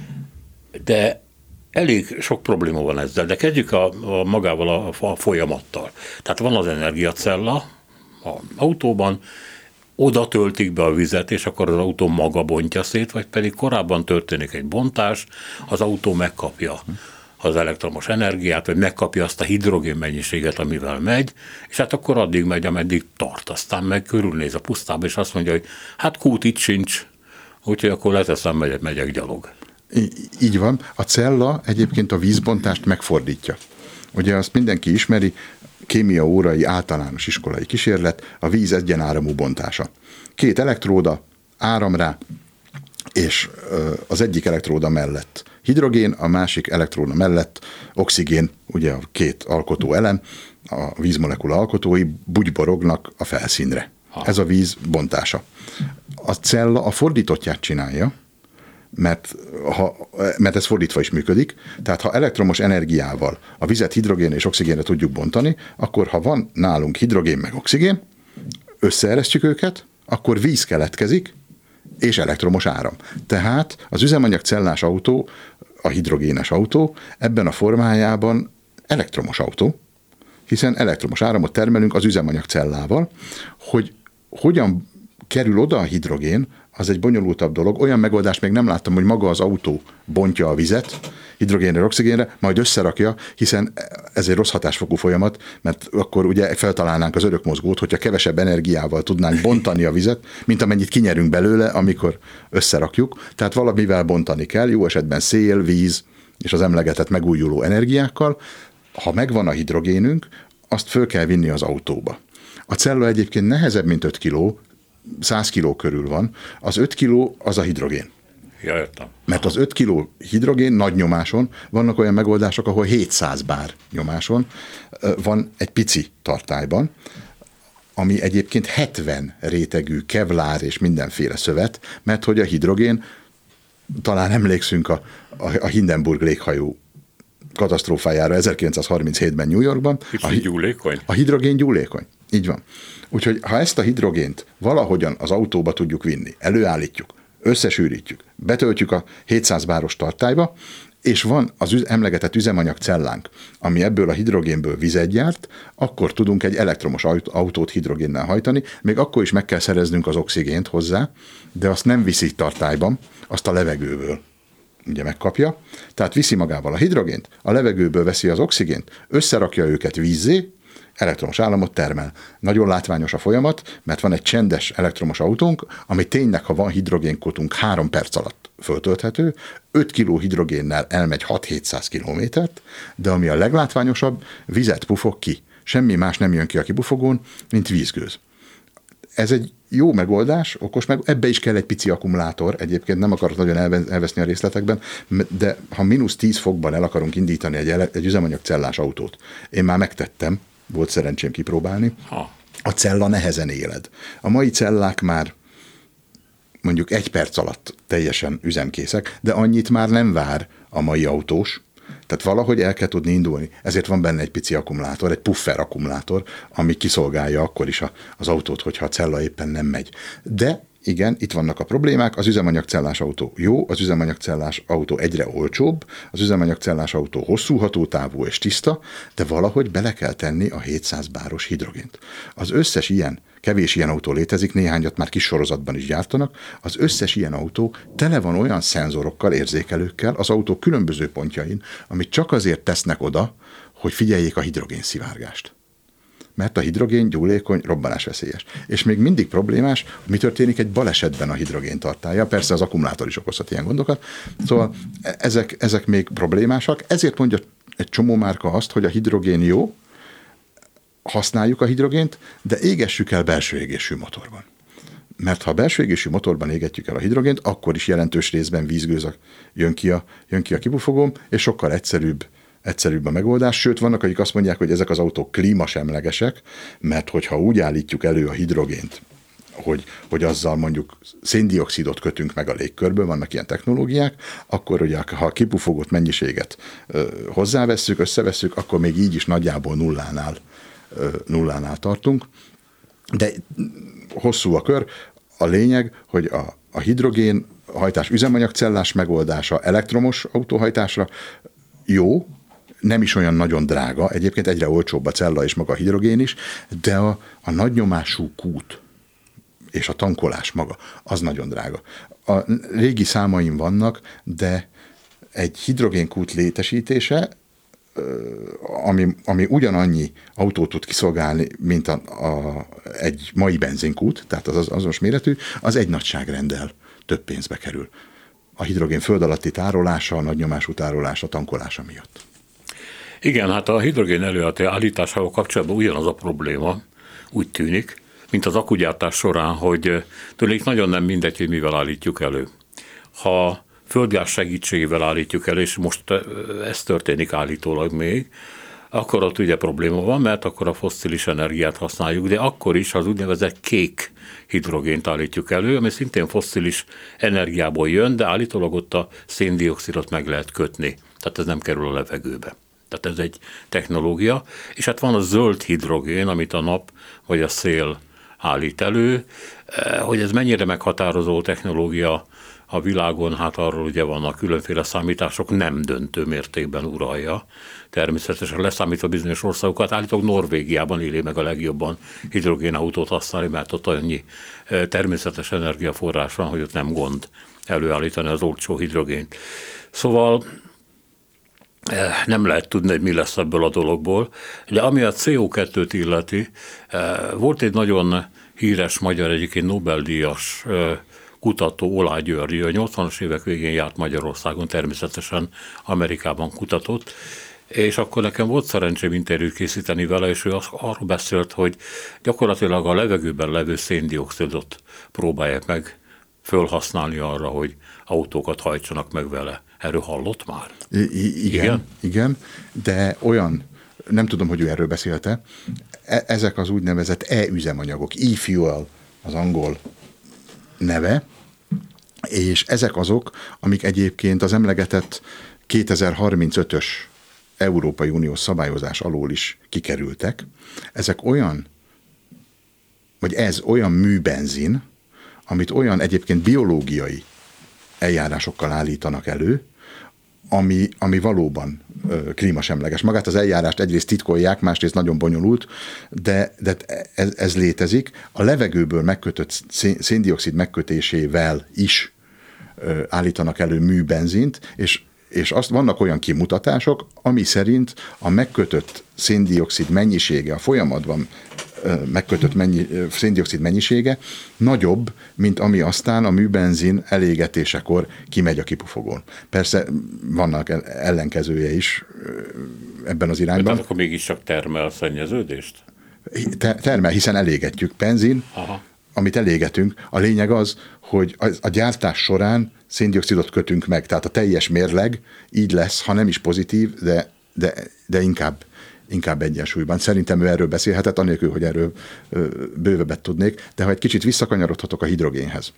De elég sok probléma van ezzel, de kezdjük magával a folyamattal. Tehát van az energiacella az autóban, oda töltik be a vizet, és akkor az autó maga bontja szét, vagy pedig korábban történik egy bontás, az autó megkapja az elektromos energiát, vagy megkapja azt a hidrogén mennyiséget, amivel megy, és hát akkor addig megy, ameddig tart. Aztán meg körülnéz a pusztába, és azt mondja, hogy hát kút itt sincs, úgyhogy akkor leteszem, megyek gyalog. Így van. A cella egyébként a vízbontást megfordítja. Ugye azt mindenki ismeri, kémia órai általános iskolai kísérlet, a víz egyenáramú bontása. 2 elektróda, áram rá, és az egyik elektróda mellett hidrogén, a másik elektróda mellett oxigén, ugye a 2 alkotó elem, a vízmolekula alkotói bugyborognak a felszínre. Ez a víz bontása. A cella a fordítottját csinálja, mert ez fordítva is működik, tehát ha elektromos energiával a vizet hidrogén és oxigénre tudjuk bontani, akkor ha van nálunk hidrogén meg oxigén, összeeresztjük őket, akkor víz keletkezik, és elektromos áram. Tehát az üzemanyagcellás autó, a hidrogénes autó ebben a formájában elektromos autó, hiszen elektromos áramot termelünk az üzemanyagcellával, hogy hogyan kerül oda a hidrogén, az egy bonyolultabb dolog. Olyan megoldást még nem láttam, hogy maga az autó bontja a vizet, hidrogénre, oxigénre, majd összerakja, hiszen ez egy rossz hatásfokú folyamat, mert akkor ugye feltalálnánk az örökmozgót, hogyha kevesebb energiával tudnánk bontani a vizet, mint amennyit kinyerünk belőle, amikor összerakjuk. Tehát valamivel bontani kell, jó esetben szél, víz és az emlegetett megújuló energiákkal. Ha megvan a hidrogénünk, azt föl kell vinni az autóba. A cella egyébként nehezebb, mint 5 kiló, 100 kiló körül van, az 5 kiló az a hidrogén. Ja, értem. Mert az 5 kiló hidrogén nagy nyomáson, vannak olyan megoldások, ahol 700 bár nyomáson van egy pici tartályban, ami egyébként 70 rétegű kevlár és mindenféle szövet, mert hogy a hidrogén, talán emlékszünk a Hindenburg léghajó katasztrófájára 1937-ben New Yorkban. A hidrogén gyúlékony. Így van. Úgyhogy ha ezt a hidrogént valahogyan az autóba tudjuk vinni, előállítjuk, összesűrítjük, betöltjük a 700 báros tartályba, és van az emlegetett üzemanyagcellánk, ami ebből a hidrogénből vizet gyárt, akkor tudunk egy elektromos autót hidrogénnel hajtani, még akkor is meg kell szereznünk az oxigént hozzá, de azt nem viszi tartályban, azt a levegőből ugye megkapja, tehát viszi magával a hidrogént, a levegőből veszi az oxigént, összerakja őket vízzé, elektromos áramot termel. Nagyon látványos a folyamat, mert van egy csendes elektromos autónk, ami tényleg, ha van hidrogénkotunk, 3 perc alatt föltölthető, 5 kg hidrogénnel elmegy 6-700 kilométert, de ami a leglátványosabb, vizet pufog ki. Semmi más nem jön ki a kibufogón, mint vízgőz. Ez egy jó megoldás, okos ebbe is kell egy pici akkumulátor, egyébként nem akarok nagyon elveszni a részletekben, de ha -10 fokban el akarunk indítani egy üzemanyagcellás autót, én már megtettem, volt szerencsém kipróbálni, a cella nehezen éled. A mai cellák már mondjuk 1 perc alatt teljesen üzemkészek, de annyit már nem vár a mai autós, tehát valahogy el kell tudni indulni. Ezért van benne egy pici akkumulátor, egy puffer akkumulátor, ami kiszolgálja akkor is az autót, hogyha a cella éppen nem megy. De igen, itt vannak a problémák, az üzemanyagcellás autó jó, az üzemanyagcellás autó egyre olcsóbb, az üzemanyagcellás autó hosszú hatótávú és tiszta, de valahogy bele kell tenni a 700 báros hidrogént. Az összes kevés ilyen autó létezik, néhányat már kis sorozatban is gyártanak, az összes ilyen autó tele van olyan szenzorokkal, érzékelőkkel az autó különböző pontjain, amit csak azért tesznek oda, hogy figyeljék a hidrogénszivárgást. Mert a hidrogén gyúlékony, robbanásveszélyes. És még mindig problémás, mi történik egy balesetben a hidrogén tartálya. Persze az akkumulátor is okozhat ilyen gondokat. Szóval ezek még problémásak. Ezért mondja egy csomó márka azt, hogy a hidrogén jó, használjuk a hidrogént, de égessük el belső égésű motorban. Mert ha belső égésű motorban égetjük el a hidrogént, akkor is jelentős részben vízgőz jön ki a kibufogóm, és sokkal egyszerűbb a megoldás, sőt vannak, akik azt mondják, hogy ezek az autók klímasemlegesek, mert hogyha úgy állítjuk elő a hidrogént hogy azzal mondjuk széndioxidot kötünk meg a légkörből, vannak ilyen technológiák, akkor ugye, ha a kipufogott mennyiséget hozzávesszük, összevesszük, akkor még így is nagyjából nullánál tartunk. De hosszú a kör. A lényeg, hogy a hidrogén hajtás üzemanyagcellás megoldása elektromos autóhajtásra jó, nem is olyan nagyon drága, egyébként egyre olcsóbb a cella és maga a hidrogén is, de a nagynyomású kút és a tankolás maga, az nagyon drága. A régi számaim vannak, de egy hidrogénkút létesítése, ami ugyanannyi autót tud kiszolgálni, mint egy mai benzinkút, tehát az azonos méretű, az egy nagyságrenddel több pénzbe kerül. A hidrogén föld alatti tárolása, a nagynyomású tárolása, tankolása miatt. Igen, hát a hidrogén előállításával kapcsolatban ugyanaz a probléma, úgy tűnik, mint az akkugyártás során, hogy tőlük nagyon nem mindegy, hogy mivel állítjuk elő. Ha földgáz segítségével állítjuk elő, és most ez történik állítólag még, akkor ott ugye probléma van, mert akkor a fosszilis energiát használjuk, de akkor is az úgynevezett kék hidrogént állítjuk elő, ami szintén fosszilis energiából jön, de állítólag ott a széndioxidot meg lehet kötni. Tehát ez nem kerül a levegőbe. Tehát ez egy technológia, és hát van a zöld hidrogén, amit a nap vagy a szél állít elő, hogy ez mennyire meghatározó technológia a világon, hát arról ugye vannak különféle számítások, nem döntő mértékben uralja. Természetesen leszámítva bizonyos országokat, állítólag Norvégiában éli meg a legjobban hidrogénautót használni, mert ott annyi természetes energiaforrás van, hogy ott nem gond előállítani az olcsó hidrogént. Szóval nem lehet tudni, hogy mi lesz ebből a dologból, de ami a CO2-t illeti, volt egy nagyon híres magyar, egyébként Nobel-díjas kutató, Oláh György, a 80-as évek végén járt Magyarországon, természetesen Amerikában kutatott, és akkor nekem volt szerencsém interjút készíteni vele, és ő arról beszélt, hogy gyakorlatilag a levegőben levő széndioxidot próbálják meg fölhasználni arra, hogy autókat hajtsanak meg vele. Erről hallott már? Igen, de olyan, nem tudom, hogy ő erről beszélte, ezek az úgynevezett e-üzemanyagok, e-fuel az angol neve, és ezek azok, amik egyébként az emlegetett 2035-ös Európai Uniós szabályozás alól is kikerültek. Ezek olyan, vagy ez olyan műbenzin, amit olyan egyébként biológiai eljárásokkal állítanak elő, ami valóban klímasemleges. Magát az eljárást egyrészt titkolják, másrészt nagyon bonyolult, de ez létezik. A levegőből megkötött széndioxid megkötésével is állítanak elő műbenzint, és vannak olyan kimutatások, ami szerint a megkötött széndioxid mennyisége, a folyamatban megkötött széndioxid mennyisége nagyobb, mint ami aztán a műbenzin elégetésekor kimegy a kipufogón. Persze vannak ellenkezője is ebben az irányban. Tehát akkor mégiscsak termel szennyeződést? Termel, hiszen elégetjük. Benzin, amit elégetünk, a lényeg az, hogy a gyártás során széndioxidot kötünk meg, tehát a teljes mérleg így lesz, ha nem is pozitív, de inkább egyensúlyban. Szerintem ő erről beszélhetett, anélkül, hogy erről bővebbet tudnék, de ha egy kicsit visszakanyarodhatok a hidrogénhez.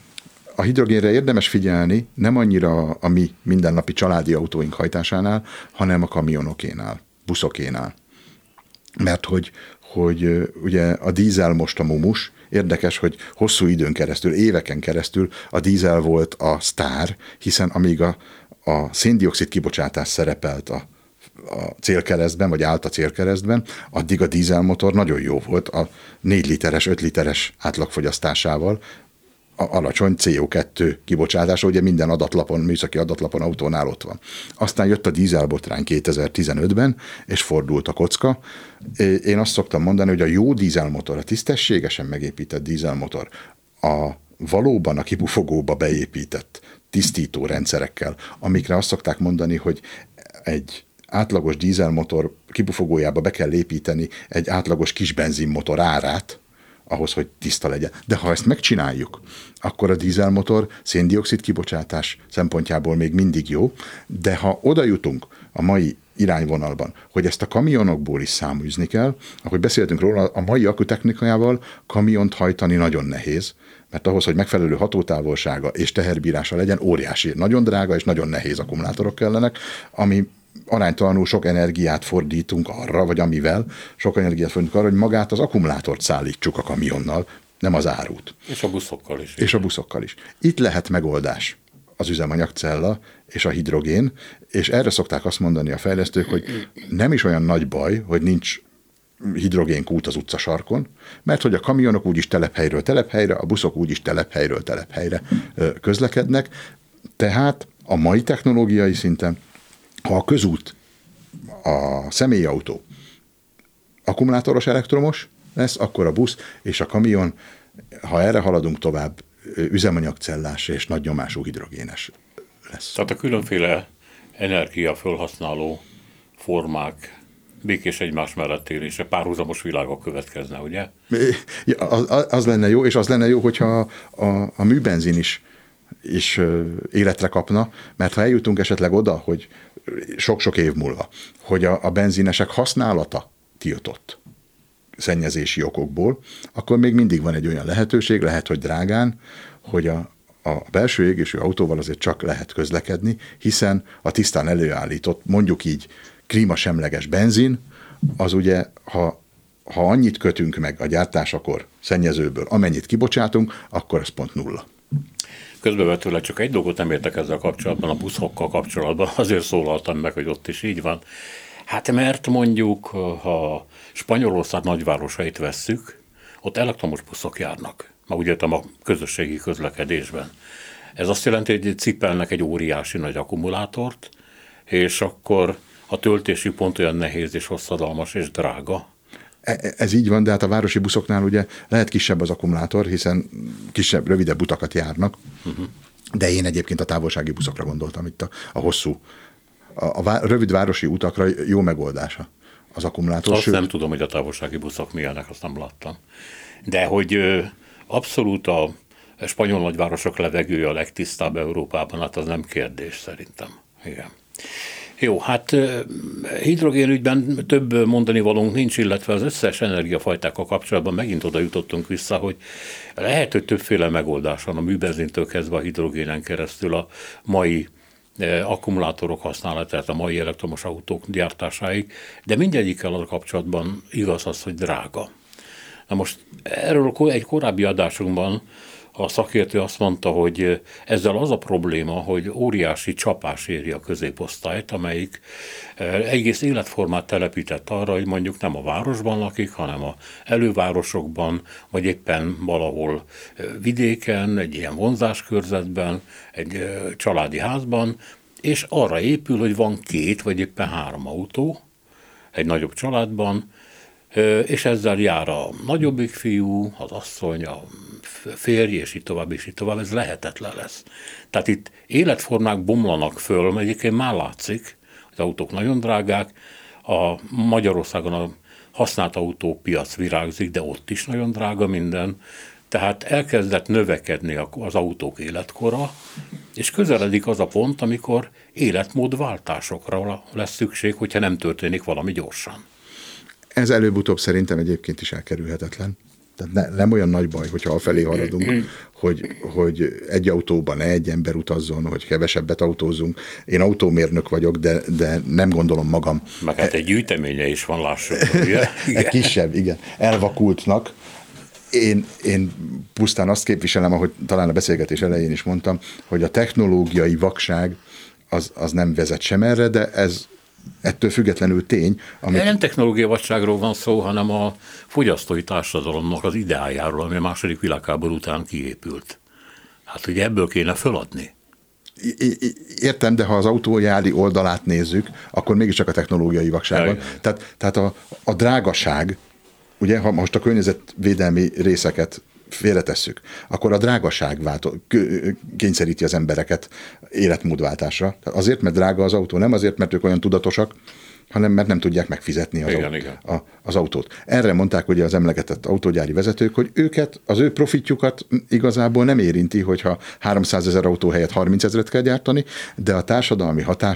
A hidrogénre érdemes figyelni nem annyira a mi mindennapi családi autóink hajtásánál, hanem a kamionokénál, buszokénál. Mert hogy ugye a dízel most a mumus, érdekes, hogy hosszú időn keresztül, éveken keresztül a dízel volt a sztár, hiszen amíg a széndioxid kibocsátás szerepelt a célkeresztben, vagy állt a célkeresztben, addig a dízelmotor nagyon jó volt a 4 literes, 5 literes átlagfogyasztásával, alacsony CO2 kibocsátása, ugye minden adatlapon, műszaki adatlapon, autónál ott van. Aztán jött a dízelbotrány 2015-ben, és fordult a kocka. Én azt szoktam mondani, hogy a jó dízelmotor, a tisztességesen megépített dízelmotor, valóban a kipufogóba beépített tisztító rendszerekkel, amikre azt szokták mondani, hogy egy átlagos dízelmotor kipufogójába be kell építeni egy átlagos kis benzinmotor árát, ahhoz, hogy tiszta legyen. De ha ezt megcsináljuk, akkor a dízelmotor széndioxid kibocsátás szempontjából még mindig jó, de ha oda jutunk a mai irányvonalban, hogy ezt a kamionokból is száműzni kell. Ahogy beszéltünk róla, a mai akkutechnikával kamiont hajtani nagyon nehéz, mert ahhoz, hogy megfelelő hatótávolsága és teherbírása legyen, óriási, nagyon drága és nagyon nehéz akkumulátorok kellenek, ami aránytalanul sok energiát fordítunk arra, vagy amivel sok energiát fordítunk arra, hogy magát az akkumulátort szállítsuk a kamionnal, nem az árut. És a buszokkal is. És a buszokkal is. Itt lehet megoldás az üzemanyagcella és a hidrogén, és erre szokták azt mondani a fejlesztők, hogy nem is olyan nagy baj, hogy nincs hidrogénkút az utcasarkon, mert hogy a kamionok úgyis telephelyről telephelyre, a buszok úgyis telephelyről telephelyre közlekednek, tehát a mai technológiai szinten, ha a közút, a személyautó akkumulátoros elektromos lesz, akkor a busz és a kamion, ha erre haladunk tovább, üzemanyagcellás és nagy nyomású hidrogénes lesz. Tehát a különféle energiafelhasználó formák békés egymás mellett élése, párhuzamos világok következne, ugye? Az lenne jó, és az lenne jó, hogyha a műbenzin is életre kapna, mert ha eljutunk esetleg oda, hogy sok-sok év múlva, hogy a benzinesek használata tiltott szennyezési okokból, akkor még mindig van egy olyan lehetőség, lehet, hogy drágán, hogy a belső égésű autóval azért csak lehet közlekedni, hiszen a tisztán előállított, mondjuk így klímasemleges benzin, az ugye, ha annyit kötünk meg a gyártásakor szennyezőből, amennyit kibocsátunk, akkor ez pont nulla. Közbevetőleg csak egy dolgot nem értek ezzel kapcsolatban, a buszokkal kapcsolatban, azért szólaltam meg, hogy ott is így van. Hát mert mondjuk, ha Spanyolország nagyvárosait vesszük, ott elektromos buszok járnak, már úgy értem a közösségi közlekedésben. Ez azt jelenti, hogy cipelnek egy óriási nagy akkumulátort, és akkor a töltési pont olyan nehéz és hosszadalmas és drága. Ez így van, de hát a városi buszoknál ugye lehet kisebb az akkumulátor, hiszen kisebb, rövidebb utakat járnak, de én egyébként a távolsági buszokra gondoltam itt a hosszú, a rövid városi utakra jó megoldása az akkumulátor. Azt nem tudom, hogy a távolsági buszok milyenek, azt nem láttam. De hogy abszolút a spanyol nagyvárosok levegője a legtisztább Európában, hát az nem kérdés szerintem. Igen. Jó, hát hidrogénügyben több mondani valónk nincs, illetve az összes energiafajtákkal kapcsolatban megint oda jutottunk vissza, hogy lehet, hogy többféle megoldás van a műbenzintől kezdve a hidrogénen keresztül a mai akkumulátorok használatát, a mai elektromos autók gyártásáig, de mindegyikkel a kapcsolatban igaz az, hogy drága. Na most erről egy korábbi adásunkban a szakértő azt mondta, hogy ezzel az a probléma, hogy óriási csapás éri a középosztályt, amelyik egész életformát telepített arra, hogy mondjuk nem a városban lakik, hanem a elővárosokban, vagy éppen valahol vidéken, egy ilyen vonzáskörzetben, egy családi házban, és arra épül, hogy van 2 vagy éppen 3 autó egy nagyobb családban, és ezzel jár a nagyobbik fiú, az asszony, a férj, és így tovább, ez lehetetlen lesz. Tehát itt életformák bomlanak föl, mert egyébként már látszik, az autók nagyon drágák, a Magyarországon a használt autópiac virágzik, de ott is nagyon drága minden, tehát elkezdett növekedni az autók életkora, és közeledik az a pont, amikor életmódváltásokra lesz szükség, hogyha nem történik valami gyorsan. Ez előbb-utóbb szerintem egyébként is elkerülhetetlen. Tehát nem olyan nagy baj, hogyha afelé haladunk, hogy egy autóban ne egy ember utazzon, hogy kevesebbet autózunk. Én autómérnök vagyok, de nem gondolom magam. Meg hát egy gyűjteménye is van, lássuk. Ugye? Egy kisebb, igen. Elvakultnak. Én pusztán azt képviselem, ahogy talán a beszélgetés elején is mondtam, hogy a technológiai vakság az nem vezet sem erre, de ez ettől függetlenül tény. Nem technológiai vakságról van szó, hanem a fogyasztói társadalomnak az ideájáról, ami a második világháború után kiépült. Hát ugye ebből kéne föladni. Értem, de ha az autójári oldalát nézzük, akkor mégiscsak a technológiai vakság van. Tehát a drágaság, ugye, ha most a környezetvédelmi részeket félretesszük, akkor a drágaság kényszeríti az embereket életmódváltásra. Azért, mert drága az autó, nem azért, mert ők olyan tudatosak, hanem mert nem tudják megfizetni az autót. Erre mondták ugye az emlegetett autógyári vezetők, hogy őket, az ő profitjukat igazából nem érinti, hogyha 300 000 autó helyett 30 000-et kell gyártani, de a társadalmi hatása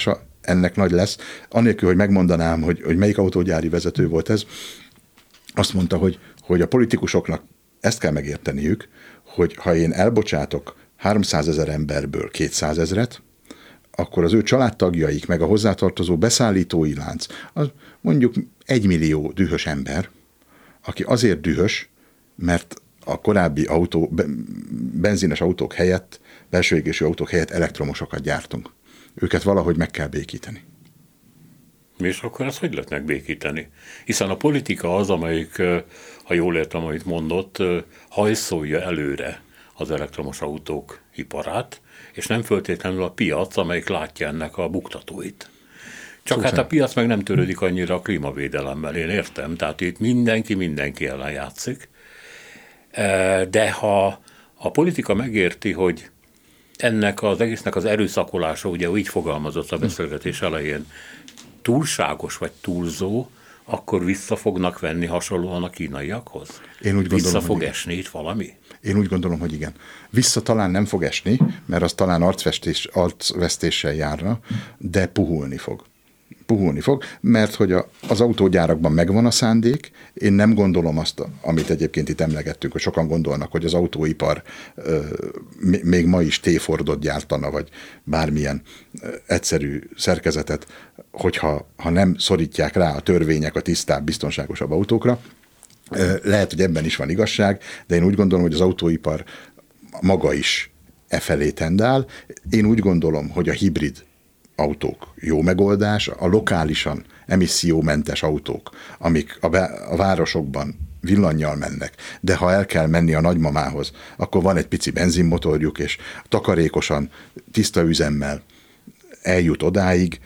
ennek nagy lesz. Anélkül, hogy megmondanám, hogy melyik autógyári vezető volt ez, azt mondta, hogy a politikusoknak ezt kell megérteniük, hogy ha én elbocsátok 300 000 emberből 200 000, akkor az ő családtagjaik, meg a hozzátartozó beszállítói lánc, az mondjuk 1 millió dühös ember, aki azért dühös, mert a korábbi benzines autók helyett, belső égésű autók helyett elektromosokat gyártunk. Őket valahogy meg kell békíteni. És akkor ezt hogy lehet megbékíteni? Hiszen a politika az, amelyik, ha jól értem, amit mondott, hajszolja előre az elektromos autók iparát, és nem föltétlenül a piac, amelyik látja ennek a buktatóit. Csak hát a piac meg nem törődik annyira a klímavédelemmel, én értem, tehát itt mindenki ellen játszik. De ha a politika megérti, hogy ennek az egésznek az erőszakolása, ugye úgy fogalmazott a beszélgetés elején, túlságos vagy túlzó, akkor vissza fognak venni hasonlóan a kínaiakhoz? Vissza fog esni itt valami? Én úgy gondolom, hogy igen. Vissza talán nem fog esni, mert az talán arcvesztéssel járna, de puhulni fog. Mert hogy az autógyárakban megvan a szándék, én nem gondolom azt, amit egyébként itt emlegettünk, hogy sokan gondolnak, hogy az autóipar még ma is T-Fordot gyártana, vagy bármilyen egyszerű szerkezetet, hogyha nem szorítják rá a törvények a tisztább, biztonságosabb autókra. Lehet, hogy ebben is van igazság, de én úgy gondolom, hogy az autóipar maga is felé tendál. Én úgy gondolom, hogy a hibrid autók jó megoldás, a lokálisan emissziómentes autók, amik a városokban villannyal mennek, de ha el kell menni a nagymamához, akkor van egy pici benzinmotorjuk, és takarékosan, tiszta üzemmel eljut odáig,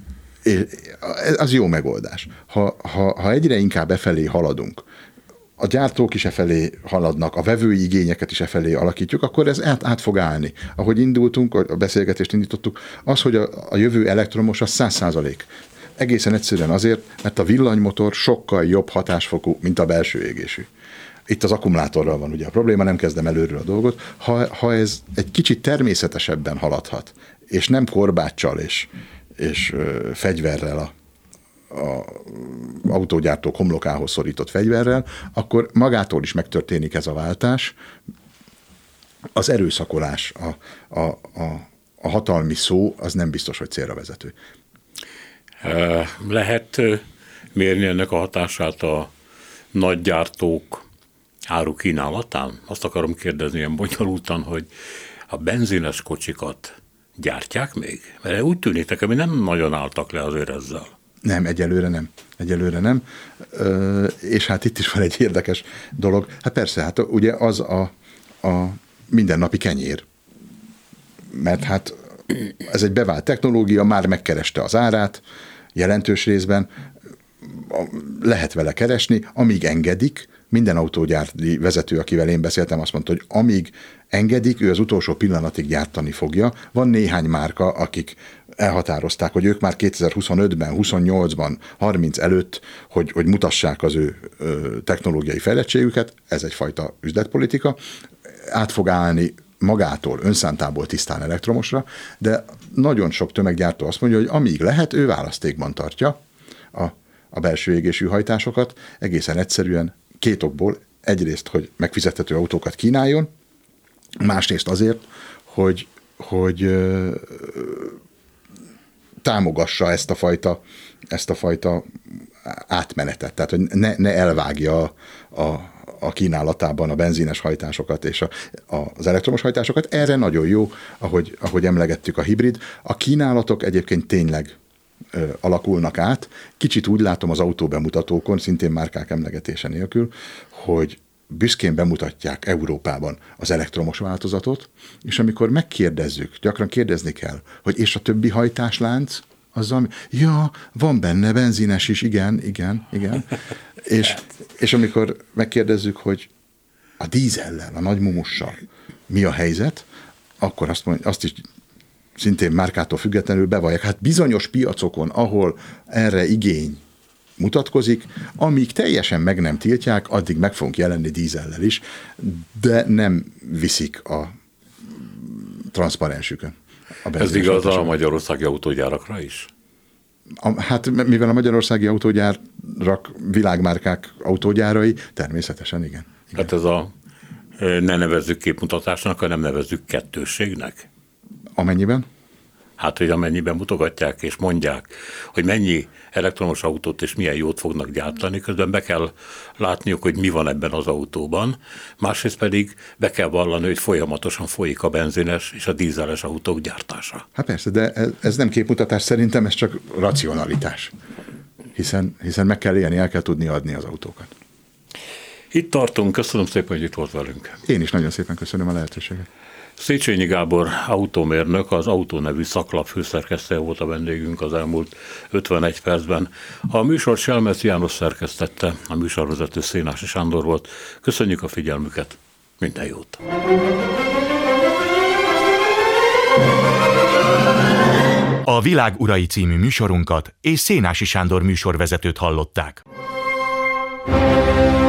az jó megoldás. Ha egyre inkább efelé haladunk, a gyártók is efelé haladnak, a vevői igényeket is efelé alakítjuk, akkor ez át fog állni. Ahogy indultunk, a beszélgetést indítottuk, az, hogy a jövő elektromos, az 100%. Egészen egyszerűen azért, mert a villanymotor sokkal jobb hatásfokú, mint a belső égésű. Itt az akkumulátorral van ugye a probléma, nem kezdem előről a dolgot. Ha ez egy kicsit természetesebben haladhat, és nem korbáccsal és fegyverrel a autógyártók homlokához szorított fegyverrel, akkor magától is megtörténik ez a váltás. Az erőszakolás, a hatalmi szó, az nem biztos, hogy célra vezető. Lehet mérni ennek a hatását a nagygyártók árukínálatán? Azt akarom kérdezni ilyen bonyolultan, hogy a benzines kocsikat gyártják még? Mert úgy tűnik nekem, hogy nem nagyon álltak le azért ezzel. Nem, egyelőre nem. És hát itt is van egy érdekes dolog. Hát persze, hát ugye az a mindennapi kenyér. Mert hát ez egy bevált technológia, már megkereste az árát, jelentős részben lehet vele keresni, amíg engedik. Minden autógyárti vezető, akivel én beszéltem, azt mondta, hogy amíg engedik, ő az utolsó pillanatig gyártani fogja. Van néhány márka, akik elhatározták, hogy ők már 2025-ben, 28-ban, 30 előtt, hogy mutassák az ő technológiai fejlettségüket, ez egyfajta üzletpolitika, át fog állni magától, önszántából tisztán elektromosra, de nagyon sok tömeggyártó azt mondja, hogy amíg lehet, ő választékban tartja a belső égésű hajtásokat, egészen egyszerűen két okból. Egyrészt, hogy megfizethető autókat kínáljon, másrészt azért, hogy támogassa ezt a fajta átmenetet, tehát hogy ne elvágja a kínálatában a benzines hajtásokat és az elektromos hajtásokat. Erre nagyon jó, ahogy emlegettük, a hibrid. A kínálatok egyébként tényleg alakulnak át. Kicsit úgy látom az autóbemutatókon, szintén márkák emlegetése nélkül, hogy büszkén bemutatják Európában az elektromos változatot, és amikor megkérdezzük, gyakran kérdezni kell, hogy és a többi hajtáslánc, azzal, ja, van benne benzines is, igen. és amikor megkérdezzük, hogy a dízellel, a nagymumussal mi a helyzet, akkor azt is szintén márkától függetlenül bevallják. Hát bizonyos piacokon, ahol erre igény mutatkozik, amíg teljesen meg nem tiltják, addig meg fogunk jelenni dízellel is, de nem viszik a transzparensükön. Ez igaz a magyarországi autógyárakra is? Hát mivel a magyarországi autógyárak világmárkák autógyárai, természetesen igen. Hát ez a ne nevezzük képmutatásnak, hanem nevezzük kettősségnek. Amennyiben? Hát, hogy amennyiben mutogatják és mondják, hogy mennyi elektromos autót és milyen jót fognak gyártani, közben be kell látniuk, hogy mi van ebben az autóban, másrészt pedig be kell vallani, hogy folyamatosan folyik a benzines és a dízeles autók gyártása. Hát persze, de ez nem képmutatás, szerintem ez csak racionalitás. Hiszen meg kell élni, el kell tudni adni az autókat. Itt tartunk, köszönöm szépen, hogy itt volt velünk. Én is nagyon szépen köszönöm a lehetőséget. Széchenyi Gábor autómérnök, az Autó nevű szaklap főszerkesztője volt a vendégünk az elmúlt 51 percben. A műsor Selmeci János szerkesztette, a műsorvezető Szénási Sándor volt. Köszönjük a figyelmüket, minden jót! A Világ urai című műsorunkat és Szénási Sándor műsorvezetőt hallották.